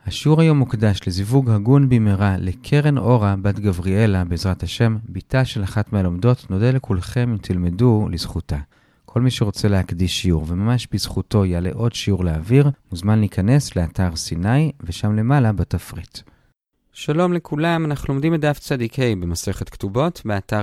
השיעור היום מוקדש לזיווג הגון במהרה לקרן אורה בת גבריאלה, בעזרת השם, ביתה של אחת מהלומדות. נודה לכולכם אם תלמדו לזכותה. כל מי שרוצה להקדיש שיעור וממש בזכותו יעלה עוד שיעור לאוויר, מוזמן להיכנס לאתר סיני ושם למעלה בתפריט. שלום לכולם, אנחנו לומדים את דף צדיק ה' במסכת כתובות באתר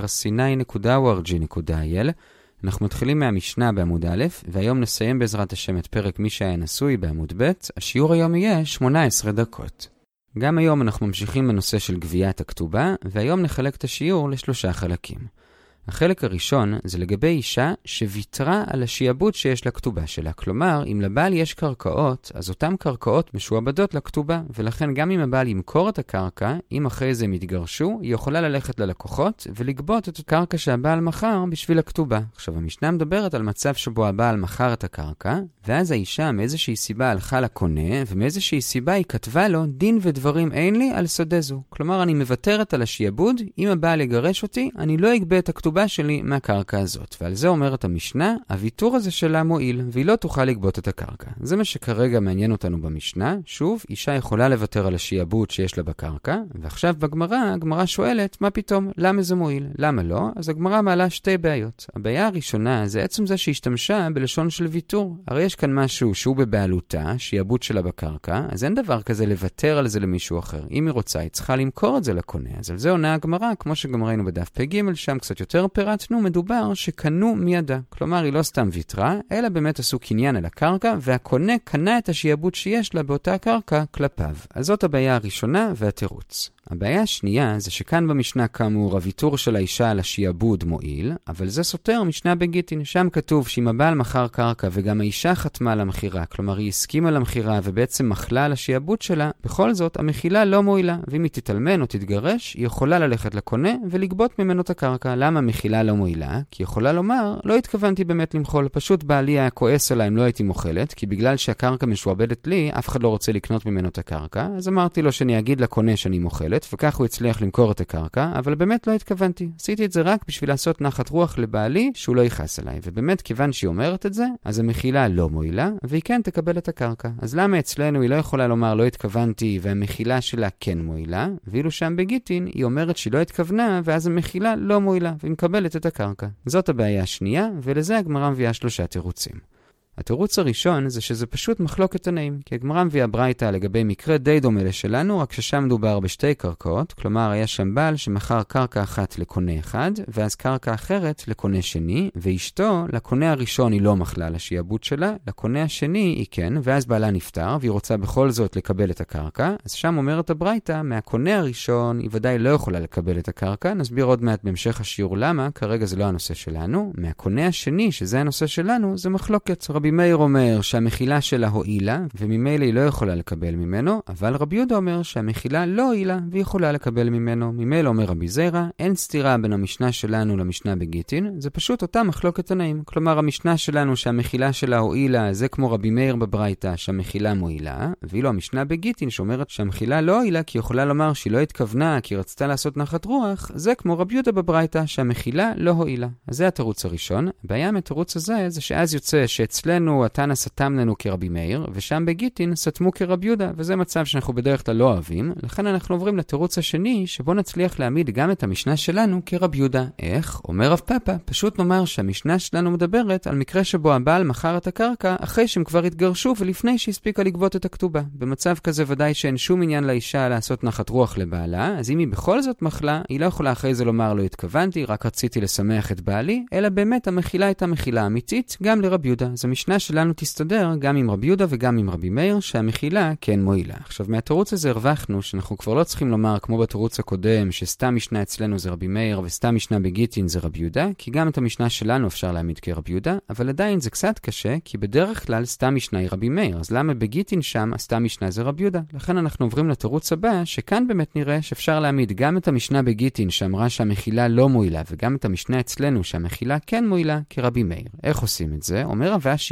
sinai.org.il. אנחנו מתחילים מהמשנה בעמוד א', והיום נסיים בעזרת השם את פרק מי שהיה נשוי בעמוד ב'. השיעור היום יהיה 18 דקות. גם היום אנחנו ממשיכים בנושא של גביית הכתובה, והיום נחלק את השיעור לשלושה חלקים. החלק הראשון זה לגבי אישה שוויתרה על השיעבוד שיש לכתובה שלה. כלומר, אם לבעל יש קרקעות, אז אותן קרקעות משועבדות לכתובה, ולכן גם אם הבעל ימכור את הקרקע, אם אחרי זה מתגרשו, היא יכולה ללכת ללקוחות ולגבות את הקרקע שהבעל מכר בשביל הכתובה. עכשיו, המשנה מדברת על מצב שבו הבעל מכר את הקרקע, ואז האישה מאיזושהי סיבה הלכה לקונה, ומאיזושהי סיבה היא כתבה לו דין ודברים אין לי על שדה זו. כלומר, אני מוותרת על השיעבוד, אם הבעל יגרש אותי, אני לא אגבה את הכתובה שלי מהקרקע הזאת. ועל זה אומרת המשנה, הוויתור הזה שלה מועיל, והיא לא תוכל לגבות את הקרקע. זה מה שכרגע מעניין אותנו במשנה. שוב, אישה יכולה לוותר על השיעבוד שיש לה בקרקע, ועכשיו בגמרא, הגמרא שואלת, מה פתאום? למה זה מועיל? למה לא? אז הגמרא מעלה שתי בעיות. הבעיה הראשונה זה עצם זה שהשתמשה בלשון של ויתור. הרי יש כאן משהו שהוא בבעלותה, שיעבוד שלה בקרקע, אז אין דבר כזה לוותר על זה למישהו אחר. אם היא רוצה, היא צריכה למכור את זה לקונה. אז על זה עונה הגמרא, כמו שגם ראינו בדף פ"ג, שם קצת יותר פירטנו, מדובר שקנו מידה. כלומר, היא לא סתם ויתרה, אלא באמת עשו קניין על הקרקע, והקונה קנה את השיעבוד שיש לה באותה קרקע כלפיו. אז זאת הבעיה הראשונה והתירוץ. הבעיה השנייה זה שכאן במשנה כאמור הוויתור של האישה על השיעבוד מועיל, אבל זה סותר משנה בגיטין. שם כתוב שאם הבעל מכר קרקע וגם האישה חתמה על המחירה, כלומר היא הסכימה למחירה ובעצם מחלה על השיעבוד שלה, בכל זאת המחילה לא מועילה, ואם היא תתעלמן או תתגרש, היא יכולה ללכת לקונה ולגבות ממנו את הקרקע. למה המחילה לא מועילה? כי יכולה לומר, לא התכוונתי באמת למחול, פשוט בעלי היה כועס עליי אם לא הייתי מוכלת, כי בגלל שהקרקע משועבדת לי, אף אחד לא רוצה לקנות ממנו את הקרקע, אז אמרתי לו שאני אגיד לקונה שאני מוכלת, וכך הוא הצליח למכור את הקרקע, אבל באמת לא התכוונתי. עשיתי את זה רק בשביל לעשות נחת רוח לבעלי שהוא לא יכעס עליי. ובאמת כיוון שהיא אומרת את זה, אז המחילה לא מועילה, והיא כן תקבל את הקרקע. אז למה אצלנו היא לא יכולה לומר לא התכוונתי והמחילה שלה כן מועילה, ואילו שם בגיטין היא אומרת שהיא לא התכוונה ואז המחילה לא מועילה, והיא מקבלת את הקרקע. זאת הבעיה השנייה, ולזה הגמרא מביאה שלושה תירוצים. התירוץ הראשון זה שזה פשוט מחלוקת תנאים, כי הגמרא מביאה ברייתא לגבי מקרה די דומה לשלנו, רק ששם מדובר בשתי קרקעות, כלומר היה שם בעל שמכר קרקע אחת לקונה אחד, ואז קרקע אחרת לקונה שני, ואשתו לקונה הראשון היא לא מחלה לשיעבוד שלה, לקונה השני היא כן, ואז בעלה נפטר, והיא רוצה בכל זאת לקבל את הקרקע, אז שם אומרת הברייתא, מהקונה הראשון היא ודאי לא יכולה לקבל את הקרקע, נסביר עוד מעט בהמשך השיעור למה, כרגע זה לא הנושא שלנו. מהקונה השני, שזה הנושא שלנו, זה מחלוקת. רבי מאיר אומר שהמחילה שלה הועילה, וממילא היא לא יכולה לקבל ממנו, אבל רבי יהודה אומר שהמחילה לא הועילה, והיא יכולה לקבל ממנו. ממילא אומר רבי זירא, אין סתירה בין המשנה שלנו למשנה בגיטין, זה פשוט אותה מחלוקת תנאים. כלומר, המשנה שלנו שהמחילה שלה הועילה, זה כמו רבי מאיר בברייתא שהמחילה מועילה, ואילו המשנה בגיטין שאומרת שהמחילה לא הועילה, כי יכולה לומר שהיא לא התכוונה, כי רצתה לעשות נחת רוח, זה כמו רבי יהודה בברייתא שהמחילה לא הועילה. אז זה התירוץ הראשון. הבעיה מהתירוץ הזה זה שאז יוצא שאצלנו התנא סתם לנו כרבי מאיר, ושם בגיטין סתמו כרבי יהודה, וזה מצב שאנחנו בדרך כלל לא אוהבים. לכן אנחנו עוברים לתירוץ השני, שבו נצליח להעמיד גם את המשנה שלנו כרבי יהודה. איך? אומר רב פאפא, פשוט נאמר שהמשנה שלנו מדברת על מקרה שבו הבעל מכר את הקרקע אחרי שהם כבר התגרשו ולפני שהספיקה לגבות את הכתובה. במצב כזה ודאי שאין שום עניין לאישה לעשות נחת רוח לבעלה, אז אם היא בכל זאת מחלה, היא לא יכולה אחרי זה לומר לא התכוונתי, רק רציתי לשמח את בעלי, אלא באמת המחילה הייתה מחילה אמיתית גם לרבי יהודה. אז המשנה שלנו תסתדר גם עם רבי יהודה וגם עם רבי מאיר שהמחילה כן מועילה. עכשיו מהתירוץ הזה הרווחנו שאנחנו כבר לא צריכים לומר כמו בתירוץ הקודם שסתם משנה אצלנו זה רבי מאיר וסתם משנה בגיטין זה רבי יהודה, כי גם את המשנה שלנו אפשר להעמיד כרבי יהודה, אבל עדיין זה קצת קשה כי בדרך כלל סתם משנה היא רבי מאיר, אז למה בגיטין שם סתם משנה זה רבי יהודה? לכן אנחנו עוברים לתירוץ הבא שכאן באמת נראה שאפשר להעמיד גם את המשנה בגיטין שאמרה שהמחילה לא מועילה וגם את המשנה אצלנו שהמחילה כן מועילה כרבי מאיר. איך עושים את זה? אומר רבשי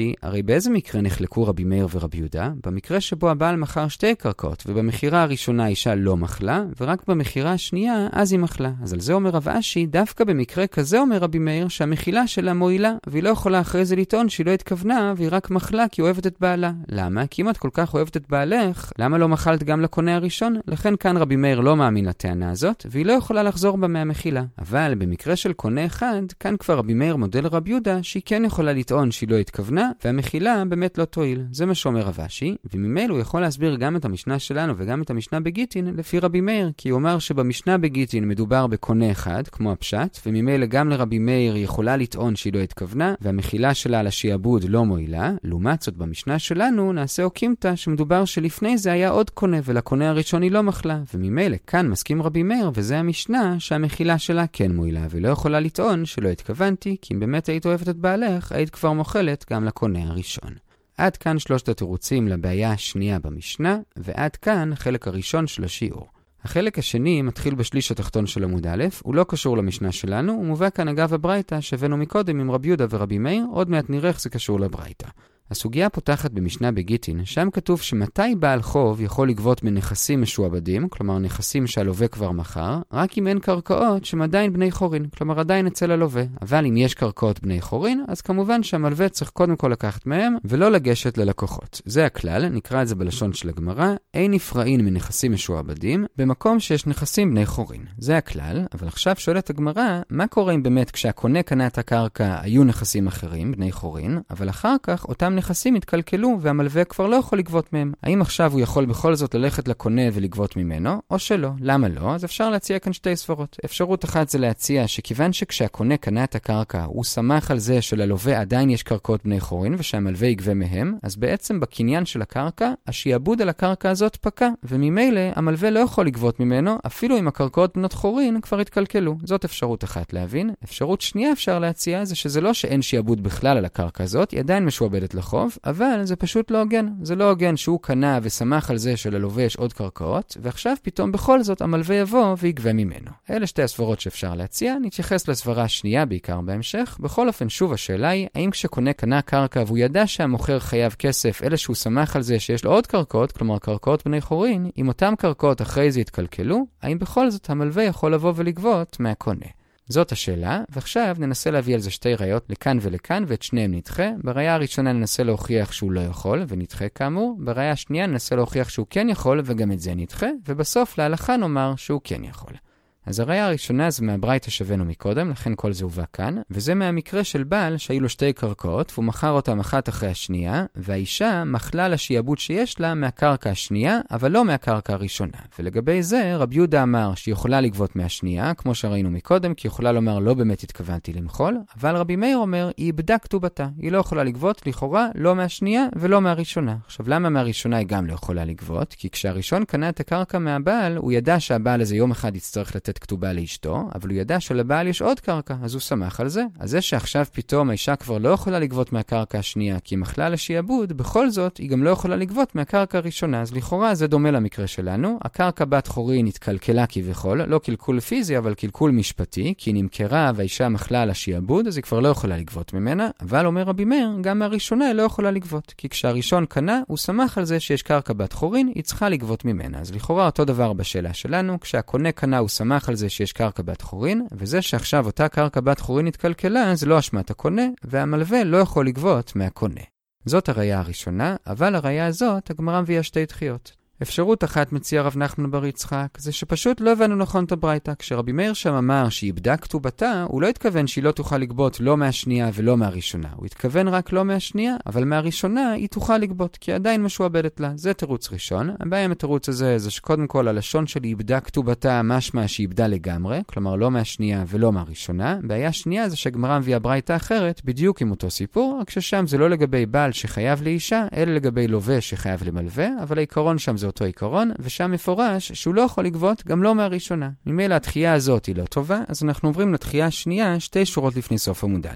רבשי, הרי באיזה מקרה נחלקו רבי מאיר ורבי יהודה? במקרה שבו הבעל מכר שתי קרקעות, ובמחירה הראשונה האישה לא מחלה, ורק במחירה השנייה אז היא מחלה. אז על זה אומר רבשי, דווקא במקרה כזה אומר רבי מאיר שהמחילה שלה מועילה, והיא לא יכולה אחרי זה לטעון שהיא לא התכוונה, והיא רק מחלה כי אוהבת את בעלה. למה? כי אם את כל כך אוהבת את בעלך, למה לא מחלת גם לקונה הראשון? לכן כאן רבי מאיר לא מאמין לטענה הזאת, והיא לא יכולה לחזור בה מהמחילה. אבל במקרה של קונה אחד, כאן כבר רבי מאיר מודה לרבי יהודה שהיא כן יכולה לטעון שהיא לא התכוונה, והמחילה באמת לא תועיל. זה מה שאומר רבשי, וממילא הוא יכול להסביר גם את המשנה שלנו וגם את המשנה בגיטין לפי רבי מאיר, כי הוא אומר שבמשנה בגיטין מדובר בקונה אחד, כמו הפשט, וממילא גם לרבי מאיר היא יכולה לטעון שהיא לא התכוונה, והמחילה שלה על השיעבוד לא מועילה. לעומת זאת במשנה שלנו נעשה אוקימתא שמדובר שלפני זה היה עוד קונה, ולקונה הראשון היא לא מחלה, וממילא כאן מסכים רבי מאיר, וזה המשנה שהמחילה שלה כן מועילה, ולא יכולה לטעון שלא התכוונתי, כי אם באמת היית אוהבת את בעלך, היית כבר מוכלת גם לקונה הראשון. עד כאן שלושת התירוצים לבעיה השנייה במשנה, ועד כאן החלק הראשון של השיעור. החלק השני מתחיל בשליש התחתון של עמוד א', הוא לא קשור למשנה שלנו, הוא מובא כאן אגב הברייתא שהבאנו מקודם עם רבי יהודה ורבי מאיר, עוד מעט נראה איך זה קשור לברייתא. הסוגיה פותחת במשנה בגיטין, שם כתוב שמתי בעל חוב יכול לגבות מנכסים משועבדים, כלומר נכסים שהלווה כבר מכר, רק אם אין קרקעות שהם עדיין בני חורין, כלומר עדיין אצל הלווה. אבל אם יש קרקעות בני חורין, אז כמובן שהמלווה צריך קודם כל לקחת מהם, ולא לגשת ללקוחות. זה הכלל, נקרא את זה בלשון של הגמרא, אין נפרעין מנכסים משועבדים, במקום שיש נכסים בני חורין. זה הכלל, אבל עכשיו שואלת הגמרא, מה קורה אם באמת כשהקונה קנה את הקרקע היו נכסים אחרים, בני חורין, אבל אחר כך אותם נכסים התקלקלו והמלווה כבר לא יכול לגבות מהם. האם עכשיו הוא יכול בכל זאת ללכת לקונה ולגבות ממנו, או שלא? למה לא? אז אפשר להציע כאן שתי סברות. אפשרות אחת זה להציע שכיוון שכשהקונה קנה את הקרקע, הוא שמח על זה שללווה עדיין יש קרקעות בני חורין ושהמלווה יגבה מהם, אז בעצם בקניין של הקרקע, השיעבוד על הקרקע הזאת פקע, וממילא המלווה לא יכול לגבות ממנו, אפילו אם הקרקעות בנות חורין כבר התקלקלו. זאת אפשרות אחת להבין. אפשרות שנייה אפשר להציע זה שזה לא שאין שיעבוד בכלל על הקרקע הזאת, היא עדיין משועבדת לחוב, אבל זה פשוט לא הוגן. זה לא הוגן שהוא קנה ושמח על זה שללווה יש עוד קרקעות, ועכשיו פתאום בכל זאת המלווה יבוא ויגבה ממנו. אלה שתי הסברות שאפשר להציע, נתייחס לסברה השנייה בעיקר בהמשך. בכל אופן שוב השאלה היא, האם כשקונה קנה קרקע והוא ידע שהמוכר חייב כסף, אלא שהוא שמח על זה שיש לו עוד קרקעות, כלומר קרקעות בני חורין, אם אותם קרקעות אחרי זה יתקלקלו, האם בכל זאת המלווה יכול לבוא ולגבות מהקונה? זאת השאלה, ועכשיו ננסה להביא על זה שתי ראיות לכאן ולכאן, ואת שניהם נדחה. בראיה הראשונה ננסה להוכיח שהוא לא יכול, ונדחה כאמור. בראיה השנייה ננסה להוכיח שהוא כן יכול, וגם את זה נדחה. ובסוף להלכה נאמר שהוא כן יכול. אז הראיה הראשונה זה מהברייתא שהבאנו מקודם, לכן כל זה הובא כאן, וזה מהמקרה של בעל שהיו לו שתי קרקעות, והוא מכר אותם אחת אחרי השנייה, והאישה מחלה לשיעבוד שיש לה מהקרקע השנייה, אבל לא מהקרקע הראשונה. ולגבי זה, רבי יהודה אמר שהיא יכולה לגבות מהשנייה, כמו שראינו מקודם, כי היא יכולה לומר לא באמת התכוונתי למחול, אבל רבי מאיר אומר, היא איבדה כתובתה, היא לא יכולה לגבות לכאורה לא מהשנייה ולא מהראשונה. עכשיו למה מהראשונה היא גם לא יכולה לגבות? כי כשהראשון קנה את הקרקע מהבעל, הוא ידע שהבעל הזה יום אחד יצטרך לתת כתובה לאשתו, אבל הוא ידע שלבעל יש עוד קרקע, אז הוא שמח על זה. אז זה שעכשיו פתאום האישה כבר לא יכולה לגבות מהקרקע השנייה, כי היא מחלה לשיעבוד, בכל זאת היא גם לא יכולה לגבות מהקרקע הראשונה. אז לכאורה זה דומה למקרה שלנו. הקרקע בת חורין התקלקלה כביכול, לא קלקול פיזי, אבל קלקול משפטי, כי היא נמכרה והאישה מחלה לשיעבוד, אז היא כבר לא יכולה לגבות ממנה. אבל אומר רבי מאיר, גם מהראשונה היא לא יכולה לגבות, כי כשהראשון קנה, הוא שמח על זה שיש קרקע בת חורין, היא צריכה לגבות ממנה. אז לכאורה אותו דבר בשאלה שלנו, כשהקונה קנה הוא שמח על זה שיש קרקע בת חורין, וזה שעכשיו אותה קרקע בת חורין התקלקלה, זה לא אשמת הקונה, והמלווה לא יכול לגבות מהקונה. זאת הראיה הראשונה, אבל הראיה הזאת, הגמרא מביאה שתי דחיות. אפשרות אחת מציע רב נחמן בר יצחק, זה שפשוט לא הבנו נכון את הברייתא. כשרבי מאיר שם אמר שהיא איבדה כתובתה, הוא לא התכוון שהיא לא תוכל לגבות לא מהשנייה ולא מהראשונה. הוא התכוון רק לא מהשנייה, אבל מהראשונה היא תוכל לגבות, כי עדיין משועבדת לה. זה תירוץ ראשון. הבעיה עם התירוץ הזה זה שקודם כל הלשון של איבדה כתובתה משמע שהיא איבדה לגמרי, כלומר לא מהשנייה ולא מהראשונה. בעיה שנייה זה שהגמרא מביאה ברייתא אחרת, בדיוק עם אותו סיפור, רק ששם זה לא לגבי בעל שחייב לאישה, אלא לגבי לווה שחייב למלווה, אבל העיקרון שם זה אותו עיקרון, ושם מפורש שהוא לא יכול לגבות גם לא מהראשונה. ממילא התחייה הזאת היא לא טובה, אז אנחנו עוברים לתחייה השנייה, שתי שורות לפני סוף עמוד א'.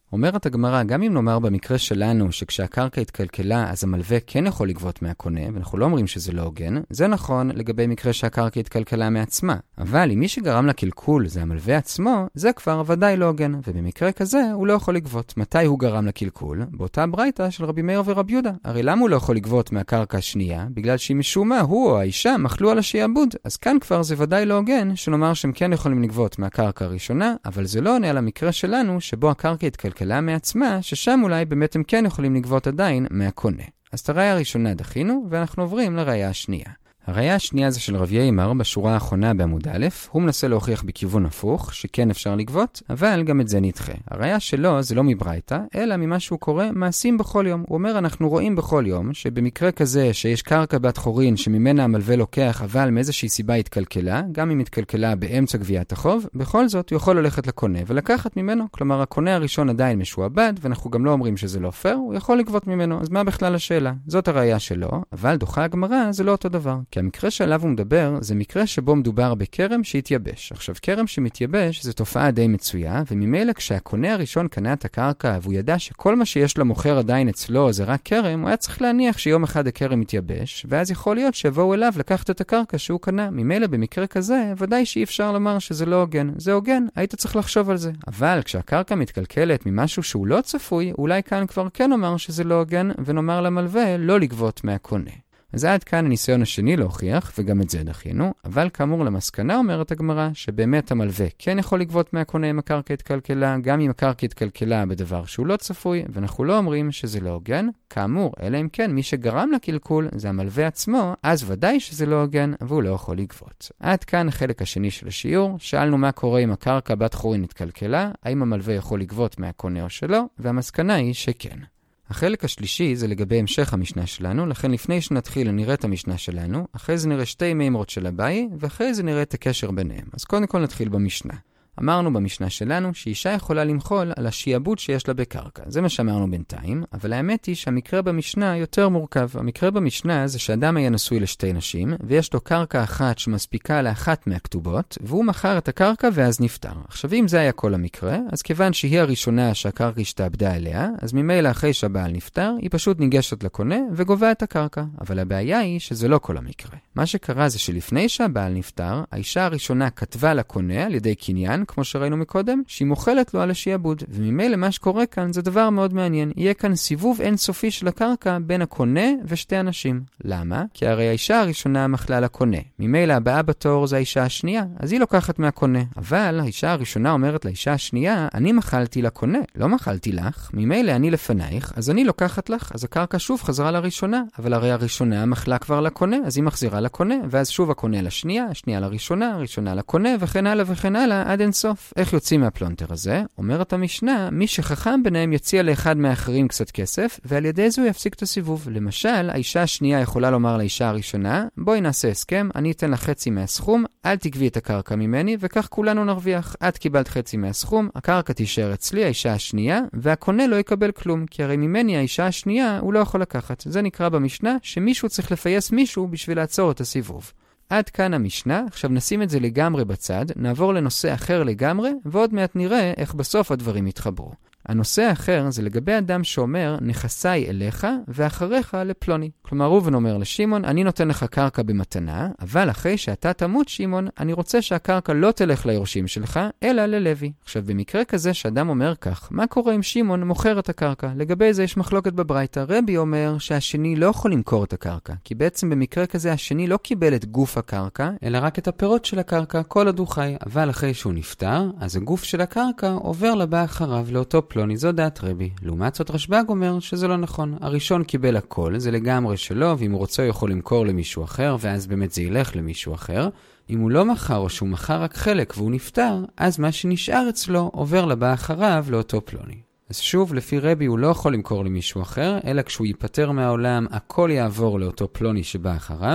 אומרת הגמרא, גם אם נאמר במקרה שלנו שכשהקרקע התקלקלה אז המלווה כן יכול לגבות מהקונה, ואנחנו לא אומרים שזה לא הוגן, זה נכון לגבי מקרה שהקרקע התקלקלה מעצמה. אבל אם מי שגרם לקלקול זה המלווה עצמו, זה כבר ודאי לא הוגן, ובמקרה כזה הוא לא יכול לגבות. מתי הוא גרם לקלקול? באותה ברייתא של רבי מאיר ורבי יהודה. הרי למה הוא לא יכול לגבות מהקרקע השנייה? בגלל שאם משום מה הוא או האישה מחלו על השיעבוד. אז כאן כבר זה ודאי לא הוגן שנאמר שהם כן יכולים לגבות מהקרקע הראשונה, אבל זה לא עונה על המקרה שלנו שבו הקרקע התקלקלה מעצמה, ששם אולי באמת הם כן יכולים לגבות עדיין מהקונה. אז את הראיה הראשונה דחינו, ואנחנו עוברים לראיה השנייה. הראיה השנייה זה של רב יאמר בשורה האחרונה בעמוד א', הוא מנסה להוכיח בכיוון הפוך, שכן אפשר לגבות, אבל גם את זה נדחה. הראיה שלו זה לא מברייתא, אלא ממה שהוא קורא מעשים בכל יום. הוא אומר, אנחנו רואים בכל יום, שבמקרה כזה שיש קרקע בת חורין שממנה המלווה לוקח, אבל מאיזושהי סיבה התקלקלה, גם אם התקלקלה באמצע גביית החוב, בכל זאת הוא יכול ללכת לקונה ולקחת ממנו. כלומר, הקונה הראשון עדיין משועבד, ואנחנו גם לא אומרים שזה לא פייר, הוא יכול לגבות ממנו. אז מה בכלל השאלה? זאת הראיה שלו, אבל דוחה הגמרא זה לא אותו דבר. כי המקרה שעליו הוא מדבר זה מקרה שבו מדובר בכרם שהתייבש. עכשיו, כרם שמתייבש זה תופעה די מצויה, וממילא כשהקונה הראשון קנה את הקרקע והוא ידע שכל מה שיש למוכר עדיין אצלו זה רק כרם, הוא היה צריך להניח שיום אחד הכרם מתייבש, ואז יכול להיות שיבואו אליו לקחת את הקרקע שהוא קנה. ממילא במקרה כזה, ודאי שאי אפשר לומר שזה לא הוגן. זה הוגן, היית צריך לחשוב על זה. אבל כשהקרקע מתקלקלת ממשהו שהוא לא צפוי, אולי כאן כבר כן אומר שזה לא הוגן, ונאמר למלווה לא לגבות מהקונה. אז עד כאן הניסיון השני להוכיח, וגם את זה דחינו, אבל כאמור למסקנה אומרת הגמרא, שבאמת המלווה כן יכול לגבות מהקונה אם הקרקע התקלקלה, גם אם הקרקע התקלקלה בדבר שהוא לא צפוי, ואנחנו לא אומרים שזה לא הוגן. כאמור, אלא אם כן מי שגרם לקלקול זה המלווה עצמו, אז ודאי שזה לא הוגן, והוא לא יכול לגבות. עד כאן החלק השני של השיעור, שאלנו מה קורה אם הקרקע בת חורין התקלקלה, האם המלווה יכול לגבות מהקונה או שלא, והמסקנה היא שכן. החלק השלישי זה לגבי המשך המשנה שלנו, לכן לפני שנתחיל נראה את המשנה שלנו, אחרי זה נראה שתי מימרות של אביי, ואחרי זה נראה את הקשר ביניהם. אז קודם כל נתחיל במשנה. אמרנו במשנה שלנו שאישה יכולה למחול על השיעבוד שיש לה בקרקע. זה מה שאמרנו בינתיים, אבל האמת היא שהמקרה במשנה יותר מורכב. המקרה במשנה זה שאדם היה נשוי לשתי נשים, ויש לו קרקע אחת שמספיקה לאחת מהכתובות, והוא מכר את הקרקע ואז נפטר. עכשיו אם זה היה כל המקרה, אז כיוון שהיא הראשונה שהקרקע השתעבדה אליה, אז ממילא אחרי שהבעל נפטר, היא פשוט ניגשת לקונה וגובה את הקרקע. אבל הבעיה היא שזה לא כל המקרה. מה שקרה זה שלפני שהבעל נפטר, האישה הראשונה כתבה לקונה על ידי קניין, כמו שראינו מקודם, שהיא מוכלת לו על השיעבוד. וממילא מה שקורה כאן זה דבר מאוד מעניין. יהיה כאן סיבוב אינסופי של הקרקע בין הקונה ושתי אנשים. למה? כי הרי האישה הראשונה מחלה לקונה. ממילא הבאה בתור זה האישה השנייה, אז היא לוקחת מהקונה. אבל האישה הראשונה אומרת לאישה השנייה, אני מחלתי לקונה, לא מחלתי לך, ממילא אני לפנייך, אז אני לוקחת לך, אז הקרקע שוב חזרה לראשונה. אבל הרי הראשונה מחלה כבר לקונה, אז היא מחזירה לקונה, ואז שוב הקונה לשנייה, השנייה לראשונה, הראשונה לקונה, וכן הלאה וכן הלאה, עד אינסוף. איך יוצאים מהפלונטר הזה? אומרת המשנה, מי שחכם ביניהם יציע לאחד מהאחרים קצת כסף, ועל ידי זה הוא יפסיק את הסיבוב. למשל, האישה השנייה יכולה לומר לאישה הראשונה, בואי נעשה הסכם, אני אתן לך חצי מהסכום, אל תגבי את הקרקע ממני, וכך כולנו נרוויח. את קיבלת חצי מהסכום, הקרקע תישאר אצלי, האישה השנייה, והקונה לא יקבל כלום, כי הרי ממני האישה השנייה הוא לא יכול לקחת. זה נקרא במשנה שמישהו צריך לפייס מישהו בשביל לעצור את הסיבוב. עד כאן המשנה, עכשיו נשים את זה לגמרי בצד, נעבור לנושא אחר לגמרי, ועוד מעט נראה איך בסוף הדברים יתחברו. הנושא האחר זה לגבי אדם שאומר, נכסיי אליך ואחריך לפלוני. כלומר, ראובן אומר לשמעון, אני נותן לך קרקע במתנה, אבל אחרי שאתה תמות שמעון, אני רוצה שהקרקע לא תלך ליורשים שלך, אלא ללוי. עכשיו, במקרה כזה שאדם אומר כך, מה קורה אם שמעון מוכר את הקרקע? לגבי זה יש מחלוקת בברייתא. רבי אומר שהשני לא יכול למכור את הקרקע, כי בעצם במקרה כזה השני לא קיבל את גוף הקרקע, אלא רק את הפירות של הקרקע, כל עוד הוא חי. אבל אחרי שהוא נפטר, אז הגוף של הקרקע עובר לבא אחריו לאותו פלוני. זו דעת רבי. לעומת זאת רשב"ג אומר שזה לא נכון. הראשון קיבל הכל, זה לגמרי שלו, ואם הוא רוצה יכול למכור למישהו אחר, ואז באמת זה ילך למישהו אחר. אם הוא לא מכר או שהוא מכר רק חלק והוא נפטר, אז מה שנשאר אצלו עובר לבא אחריו לאותו פלוני. אז שוב, לפי רבי הוא לא יכול למכור למישהו אחר, אלא כשהוא ייפטר מהעולם, הכל יעבור לאותו פלוני שבא אחריו.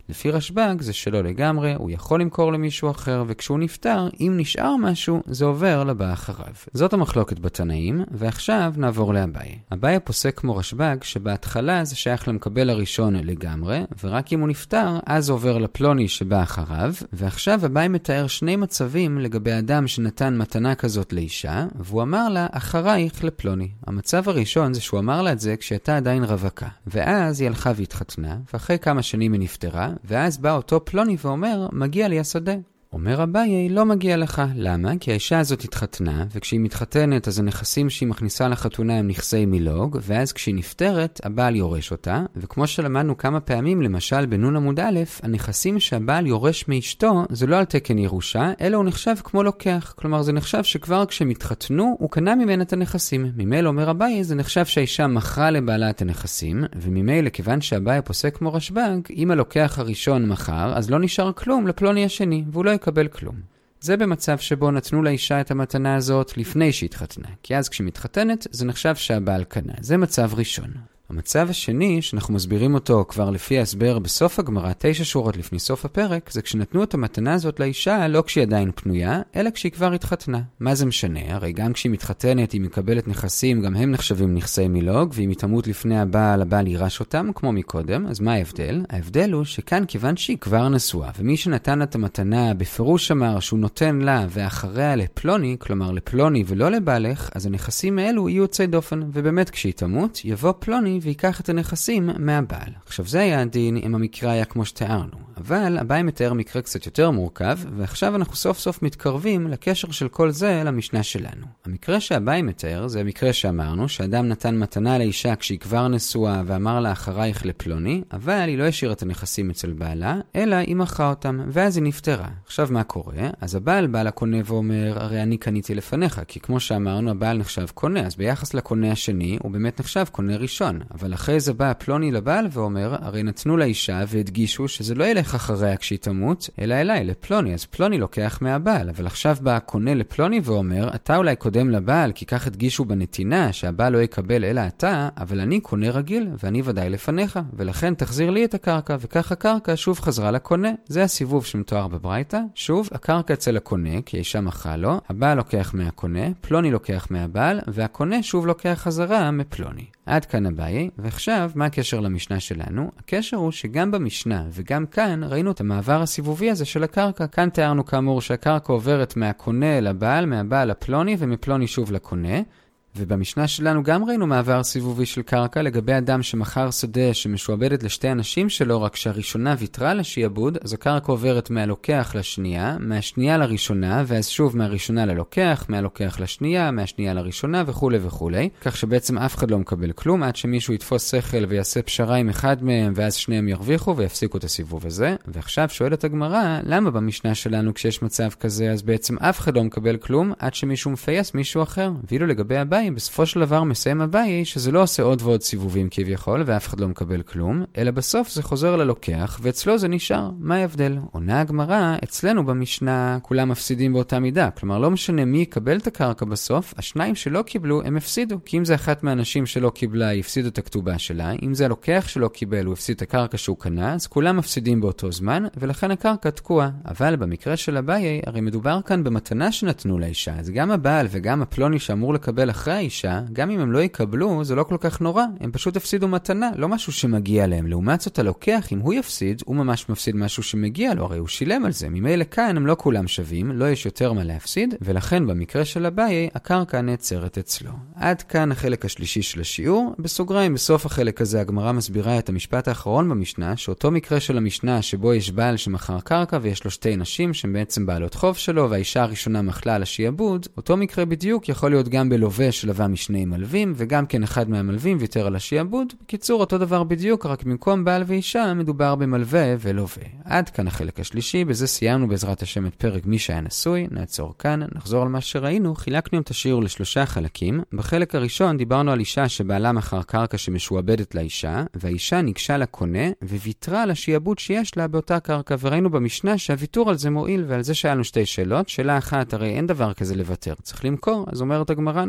לפי רשב"ג זה שלו לגמרי, הוא יכול למכור למישהו אחר, וכשהוא נפטר, אם נשאר משהו, זה עובר לבא אחריו. זאת המחלוקת בתנאים, ועכשיו נעבור לאביי. אביי פוסק כמו רשב"ג, שבהתחלה זה שייך למקבל הראשון לגמרי, ורק אם הוא נפטר, אז עובר לפלוני שבא אחריו, ועכשיו אביי מתאר שני מצבים לגבי אדם שנתן מתנה כזאת לאישה, והוא אמר לה, אחרייך לפלוני. המצב הראשון זה שהוא אמר לה את זה כשהייתה עדיין רווקה, ואז היא הלכה והתחתנה, ואחרי כמה שנים היא נפטרה, ואז בא אותו פלוני ואומר, מגיע לי השדה. אומר אביי, לא מגיע לך. למה? כי האישה הזאת התחתנה, וכשהיא מתחתנת, אז הנכסים שהיא מכניסה לחתונה הם נכסי מילוג, ואז כשהיא נפטרת, הבעל יורש אותה, וכמו שלמדנו כמה פעמים, למשל בנון עמוד א', הנכסים שהבעל יורש מאשתו, זה לא על תקן ירושה, אלא הוא נחשב כמו לוקח. כלומר, זה נחשב שכבר כשהם התחתנו, הוא קנה ממנה את הנכסים. ממילא אומר אביי, זה נחשב שהאישה מכרה לבעלה את הנכסים, וממילא כיוון שאביי פוסק כמו רשב"ג, אם הלוקח הראשון מכר, אז לא נשאר כלום לפלוני השני, והוא לא יקבל כלום. זה במצב שבו נתנו לאישה את המתנה הזאת לפני שהתחתנה, כי אז כשהיא מתחתנת זה נחשב שהבעל קנה. זה מצב ראשון. המצב השני, שאנחנו מסבירים אותו כבר לפי ההסבר בסוף הגמרא, 9 שורות לפני סוף הפרק, זה כשנתנו את המתנה הזאת לאישה לא כשהיא עדיין פנויה, אלא כשהיא כבר התחתנה. מה זה משנה? הרי גם כשהיא מתחתנת, היא מקבלת נכסים, גם הם נחשבים נכסי מילוג, ואם היא תמות לפני הבעל, הבעל יירש אותם, כמו מקודם. אז מה ההבדל? ההבדל הוא שכאן כיוון שהיא כבר נשואה, ומי שנתן את המתנה בפירוש אמר שהוא נותן לה ואחריה לפלוני, כלומר לפלוני ולא לבעלך, אז הנכסים האלו יהיו יוצאי דופן, ובאמת כשהיא תמות, יבוא פלוני ויקח את הנכסים מהבעל. עכשיו זה היה הדין אם המקרה היה כמו שתיארנו, אבל אביי מתאר מקרה קצת יותר מורכב, ועכשיו אנחנו סוף סוף מתקרבים לקשר של כל זה למשנה שלנו. המקרה שאביי מתאר זה המקרה שאמרנו, שאדם נתן מתנה לאישה כשהיא כבר נשואה ואמר לה אחרייך לפלוני, אבל היא לא השאירה את הנכסים אצל בעלה, אלא היא מכרה אותם, ואז היא נפטרה. עכשיו מה קורה? אז הבעל בא לקונה ואומר, הרי אני קניתי לפניך, כי כמו שאמרנו, הבעל נחשב קונה, אז ביחס לקונה השני, הוא באמת נחשב קונה ראשון. אבל אחרי זה בא פלוני לבעל ואומר, הרי נתנו לאישה והדגישו שזה לא ילך אחריה כשהיא תמות, אלא אליי, לפלוני. אז פלוני לוקח מהבעל, אבל עכשיו בא קונה לפלוני ואומר, אתה אולי קודם לבעל, כי כך הדגישו בנתינה שהבעל לא יקבל אלא אתה, אבל אני קונה רגיל, ואני ודאי לפניך, ולכן תחזיר לי את הקרקע, וכך הקרקע שוב חזרה לקונה. זה הסיבוב שמתואר בברייתא. שוב, הקרקע אצל הקונה, כי האישה מכרה לו, הבעל לוקח מהקונה, פלוני לוקח מהבעל, והקונה שוב לוקח חזרה מפלוני. עד כאן אביי, ועכשיו מה הקשר למשנה שלנו? הקשר הוא שגם במשנה וגם כאן ראינו את המעבר הסיבובי הזה של הקרקע. כאן תיארנו כאמור שהקרקע עוברת מהקונה לבעל, מהבעל לפלוני ומפלוני שוב לקונה. ובמשנה שלנו גם ראינו מעבר סיבובי של קרקע לגבי אדם שמכר שדה שמשועבדת לשתי אנשים שלו, רק שהראשונה ויתרה לשיעבוד, אז הקרקע עוברת מהלוקח לשנייה, מהשנייה לראשונה, ואז שוב מהראשונה ללוקח, מהלוקח לשנייה, מהשנייה לראשונה וכו' וכו'. כך שבעצם אף אחד לא מקבל כלום, עד שמישהו יתפוס שכל ויעשה פשרה עם אחד מהם, ואז שניהם ירוויחו ויפסיקו את הסיבוב הזה. ועכשיו שואלת הגמרא, למה במשנה שלנו כשיש מצב כזה, אז בעצם אף אחד לא מקבל כלום, עד שמישהו מפייס מישהו אחר? ואילו לגבי אביי, בסופו של דבר מסיים אביי שזה לא עושה עוד ועוד סיבובים כביכול, ואף אחד לא מקבל כלום, אלא בסוף זה חוזר ללוקח, ואצלו זה נשאר. מה ההבדל? עונה הגמרא, אצלנו במשנה כולם מפסידים באותה מידה. כלומר, לא משנה מי יקבל את הקרקע בסוף, השניים שלא קיבלו, הם הפסידו. כי אם זה אחת מהאנשים שלא קיבלה, היא הפסידו את הכתובה שלה. אם זה הלוקח שלא קיבל, הוא הפסיד את הקרקע שהוא קנה, אז כולם מפסידים באותו זמן, ולכן הקרקע תקוע. אבל במקרה של אביי, הרי מדובר כאן במתנה שנתנו לאישה. אז גם הבעל וגם הפלוני שאמור לקבל אחרי האישה, גם אם הם לא יקבלו, זה לא כל כך נורא. הם פשוט הפסידו מתנה, לא משהו שמגיע להם. לעומת זאת הלוקח, אם הוא יפסיד, הוא ממש מפסיד משהו שמגיע לו, הרי הוא שילם על זה. ממילא כאן הם לא כולם שווים, לא יש יותר מה להפסיד, ולכן במקרה של אביי, הקרקע נעצרת אצלו. עד כאן החלק השלישי של השיעור. בסוגריים, בסוף החלק הזה הגמרא מסבירה את המשפט האחרון במשנה, שאותו מקרה של המשנה שבו יש בעל שמכר קרקע ויש לו שתי נשים שהן בעצם בעלות חוב שלו, והאישה הראשונה מחלה על השיעבוד, אותו מקרה בדיוק יכול להיות גם בלווה שלווה משני מלווים, וגם כן אחד מהמלווים ויתר על השיעבוד. בקיצור, אותו דבר בדיוק, רק במקום בעל ואישה מדובר במלווה ולווה. עד כאן החלק השלישי, בזה סיימנו בעזרת השם את פרק מי שהיה נשוי. נעצור כאן, נחזור על מה שראינו. חילקנו את השיעור לשלושה חלקים. בחלק הראשון דיברנו על אישה שבעלה מכר קרקע שמשועבדת לאישה, והאישה ניגשה לקונה וויתרה על השיעבוד שיש לה באותה קרקע, וראינו במשנה שהוויתור על זה מועיל, ועל זה שאלנו שתי שאלות. שאלה אחת, הרי אין דבר כזה לוותר, צריך למכור. אז אומרת הגמרא, נכון, היא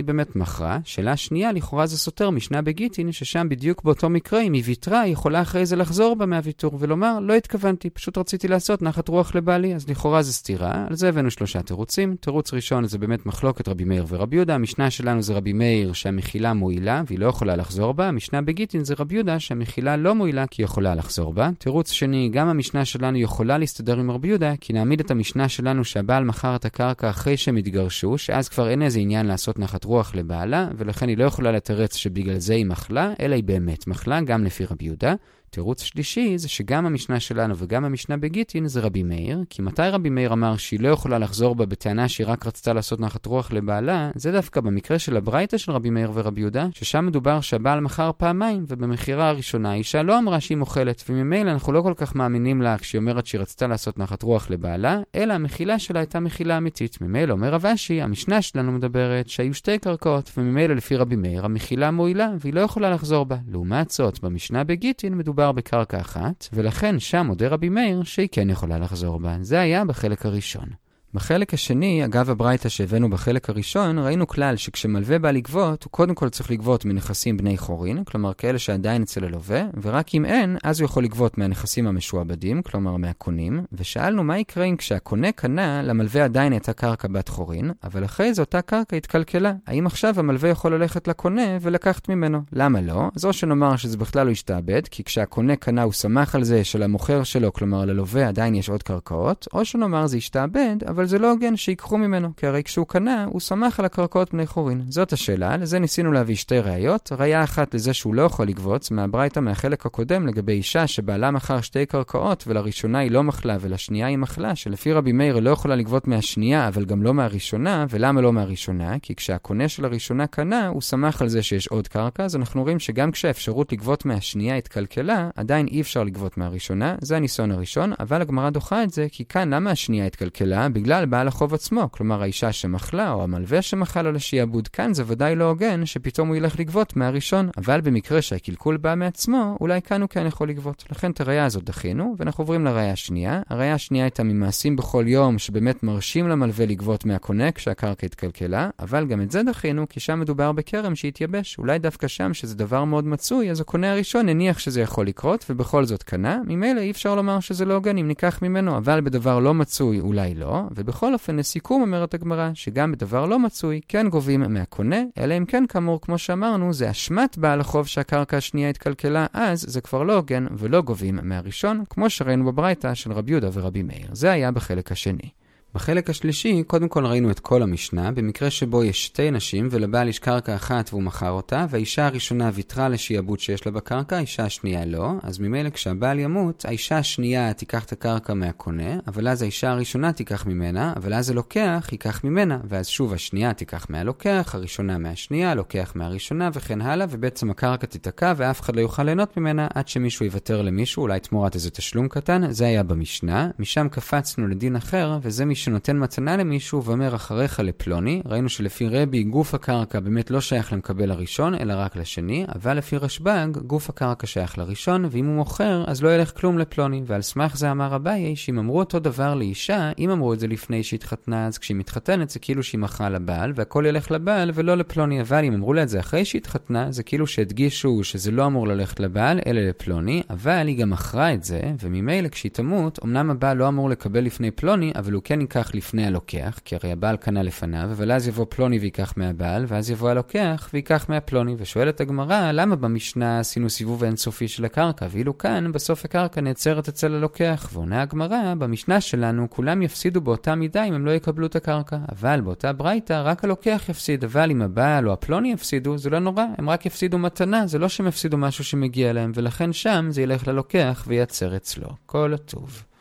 היא באמת מכרה. שאלה שנייה, לכאורה זה סותר משנה בגיטין, ששם בדיוק באותו מקרה, אם היא ויתרה, היא יכולה אחרי זה לחזור בה מהוויתור, ולומר, לא התכוונתי, פשוט רציתי לעשות נחת רוח לבעלי, אז לכאורה זה סתירה. על זה הבאנו 3 תירוצים. תירוץ ראשון זה באמת מחלוקת רבי מאיר ורבי יהודה. המשנה שלנו זה רבי מאיר שהמחילה מועילה, והיא לא יכולה לחזור בה. המשנה בגיטין זה רבי יהודה שהמחילה לא מועילה, כי היא יכולה לחזור בה. תירוץ שני, גם המשנה שלנו יכולה להסתדר עם רבי יהודה, כי נעמיד את המשנה שלנו שהבעל מכר את הקרקע אחרי שהם התגרשו, שאז כבר אין איזה עניין לעשות נחת רוח לבעלה, ולכן היא לא יכולה לתרץ שבגלל זה היא מחלה, אלא היא באמת מחלה, גם לפי רבי יהודה. תירוץ שלישי זה שגם המשנה שלנו וגם המשנה בגיטין זה רבי מאיר, כי מתי רבי מאיר אמר שהיא לא יכולה לחזור בה בטענה שהיא רק רצתה לעשות נחת רוח לבעלה, זה דווקא במקרה של הברייתא של רבי מאיר ורבי יהודה, ששם מדובר שהבעל מכר פעמיים, ובמחירה הראשונה האישה לא אמרה שהיא מוכלת, וממילא אנחנו לא כל כך מאמינים לה כשהיא אומרת שהיא רצתה לעשות נחת רוח לבעלה, אלא המחילה שלה הייתה מחילה אמיתית. ממילא אומר רב אשי, המשנה שלנו מדברת שהיו 2 קרקעות, וממילא לפי רבי מאיר המחילה מועילה והיא לא יכולה לחזור בה. לעומת זאת, במשנה בגיטין מדובר בקרקע אחת, ולכן שם מודה רבי מאיר שהיא כן יכולה לחזור בה. זה היה בחלק הראשון. בחלק השני, אגב הברייתא שהבאנו בחלק הראשון, ראינו כלל שכשמלווה בא לגבות, הוא קודם כל צריך לגבות מנכסים בני חורין, כלומר כאלה שעדיין אצל הלווה, ורק אם אין, אז הוא יכול לגבות מהנכסים המשועבדים, כלומר מהקונים, ושאלנו מה יקרה אם כשהקונה קנה, למלווה עדיין הייתה קרקע בת חורין, אבל אחרי זה אותה קרקע התקלקלה. האם עכשיו המלווה יכול ללכת לקונה ולקחת ממנו? למה לא? אז או שנאמר שזה בכלל לא ישתעבד, כי כשהקונה קנה הוא שמח על זה שלמוכר שלו, כלומר ללווה עדיין יש עוד קרקעות, או שנאמר זה ישתעבד, אבל זה לא הוגן שיקחו ממנו, כי הרי כשהוא קנה, הוא שמח על הקרקעות בני חורין. זאת השאלה, לזה ניסינו להביא 2 ראיות. ראיה אחת לזה שהוא לא יכול לגבות, מהברייתא מהחלק הקודם לגבי אישה שבעלה מכר 2 קרקעות, ולראשונה היא לא מחלה ולשנייה היא מחלה, שלפי רבי מאיר לא יכולה לגבות מהשנייה, אבל גם לא מהראשונה. ולמה לא מהראשונה? כי כשהקונה של הראשונה קנה, הוא שמח על זה שיש עוד קרקע, אז אנחנו רואים שגם כשהאפשרות לגבות מהשנייה התקלקלה, עדיין אי אפשר לגבות מהראשונה. זה הניסיון הראשון, אבל הגמרא דוחה את זה, כי כאן למה השנייה התקלקלה? בגלל בעל החוב עצמו, כלומר האישה שמחלה או המלווה שמחל על השיעבוד. כאן זה ודאי לא הוגן שפתאום הוא ילך לגבות מהראשון, אבל במקרה שהקלקול בא מעצמו, אולי כאן הוא כן יכול לגבות. לכן את הראיה הזאת דחינו, ואנחנו עוברים לראיה השנייה. הראיה השנייה הייתה ממעשים בכל יום שבאמת מרשים למלווה לגבות מהקונה כשהקרקע התקלקלה, אבל גם את זה דחינו כי שם מדובר בכרם שהתייבש. אולי דווקא שם שזה דבר מאוד מצוי, אז הקונה הראשון הניח שזה יכול לקרות ובכל זאת קנה. ממילא אי אפשר לומר שזה לא הוגן אם ניקח ממנו, אבל בדבר לא מצוי אולי לא. ובכל אופן לסיכום אומרת הגמרא שגם בדבר לא מצוי כן גובים מהקונה, אלא אם כן כאמור כמו שאמרנו זה אשמת בעל החוב שהקרקע השנייה התקלקלה, אז זה כבר לא הוגן ולא גובים מהראשון, כמו שראינו בברייתא של רבי יהודה ורבי מאיר. זה היה בחלק השני. בחלק השלישי, קודם כל ראינו את כל המשנה, במקרה שבו יש 2 נשים ולבעל יש קרקע אחת והוא מכר אותה, והאישה הראשונה ויתרה לשיעבוד שיש לה בקרקע, האישה השנייה לא, אז ממילא כשהבעל ימות, האישה השנייה תיקח את הקרקע מהקונה, אבל אז האישה הראשונה תיקח ממנה, אבל אז הלוקח ייקח ממנה, ואז שוב השנייה תיקח מהלוקח, הראשונה מהשנייה, לוקח מהראשונה וכן הלאה, ובעצם הקרקע תתקע ואף אחד לא יוכל ליהנות ממנה עד שמישהו יוותר למישהו, אולי תמורת איזה תשלום קטן. זה היה במשנה. משם קפצנו לדין אחר, וזה שנותן מתנה למישהו ואומר אחריך לפלוני. ראינו שלפי רבי גוף הקרקע באמת לא שייך למקבל הראשון אלא רק לשני, אבל לפי רשב"ג גוף הקרקע שייך לראשון, ואם הוא מוכר אז לא ילך כלום לפלוני. ועל סמך זה אמר אביי שאם אמרו אותו דבר לאישה, אם אמרו את זה לפני שהתחתנה, אז כשהיא מתחתנת זה כאילו שהיא מכרה לבעל והכל ילך לבעל ולא לפלוני, אבל אם אמרו לה את זה אחרי שהתחתנה זה כאילו שהדגישו שזה לא אמור ללכת לבעל אלא לפלוני, אבל היא גם מכרה את זה, וממילא כשהיא תמות אמנם הבעל לא אמור לקבל לפני פלוני, אבל הוא כן ייקח לפני הלוקח, כי הרי הבעל קנה לפניו, אבל אז יבוא פלוני ויקח מהבעל, ואז יבוא הלוקח ויקח מהפלוני. ושואלת הגמרא, למה במשנה עשינו סיבוב אינסופי של הקרקע, ואילו כאן בסוף הקרקע נעצרת אצל הלוקח? ועונה הגמרא, במשנה שלנו כולם יפסידו באותה מידה אם הם לא יקבלו את הקרקע, אבל באותה ברייתא רק הלוקח יפסיד, אבל אם הבעל או הפלוני יפסידו, זה לא נורא, הם רק יפסידו מתנה, זה לא שהם יפסידו משהו שמגיע להם, ולכן שם זה ילך ללוקח ויעצר אצלו. כל הטוב.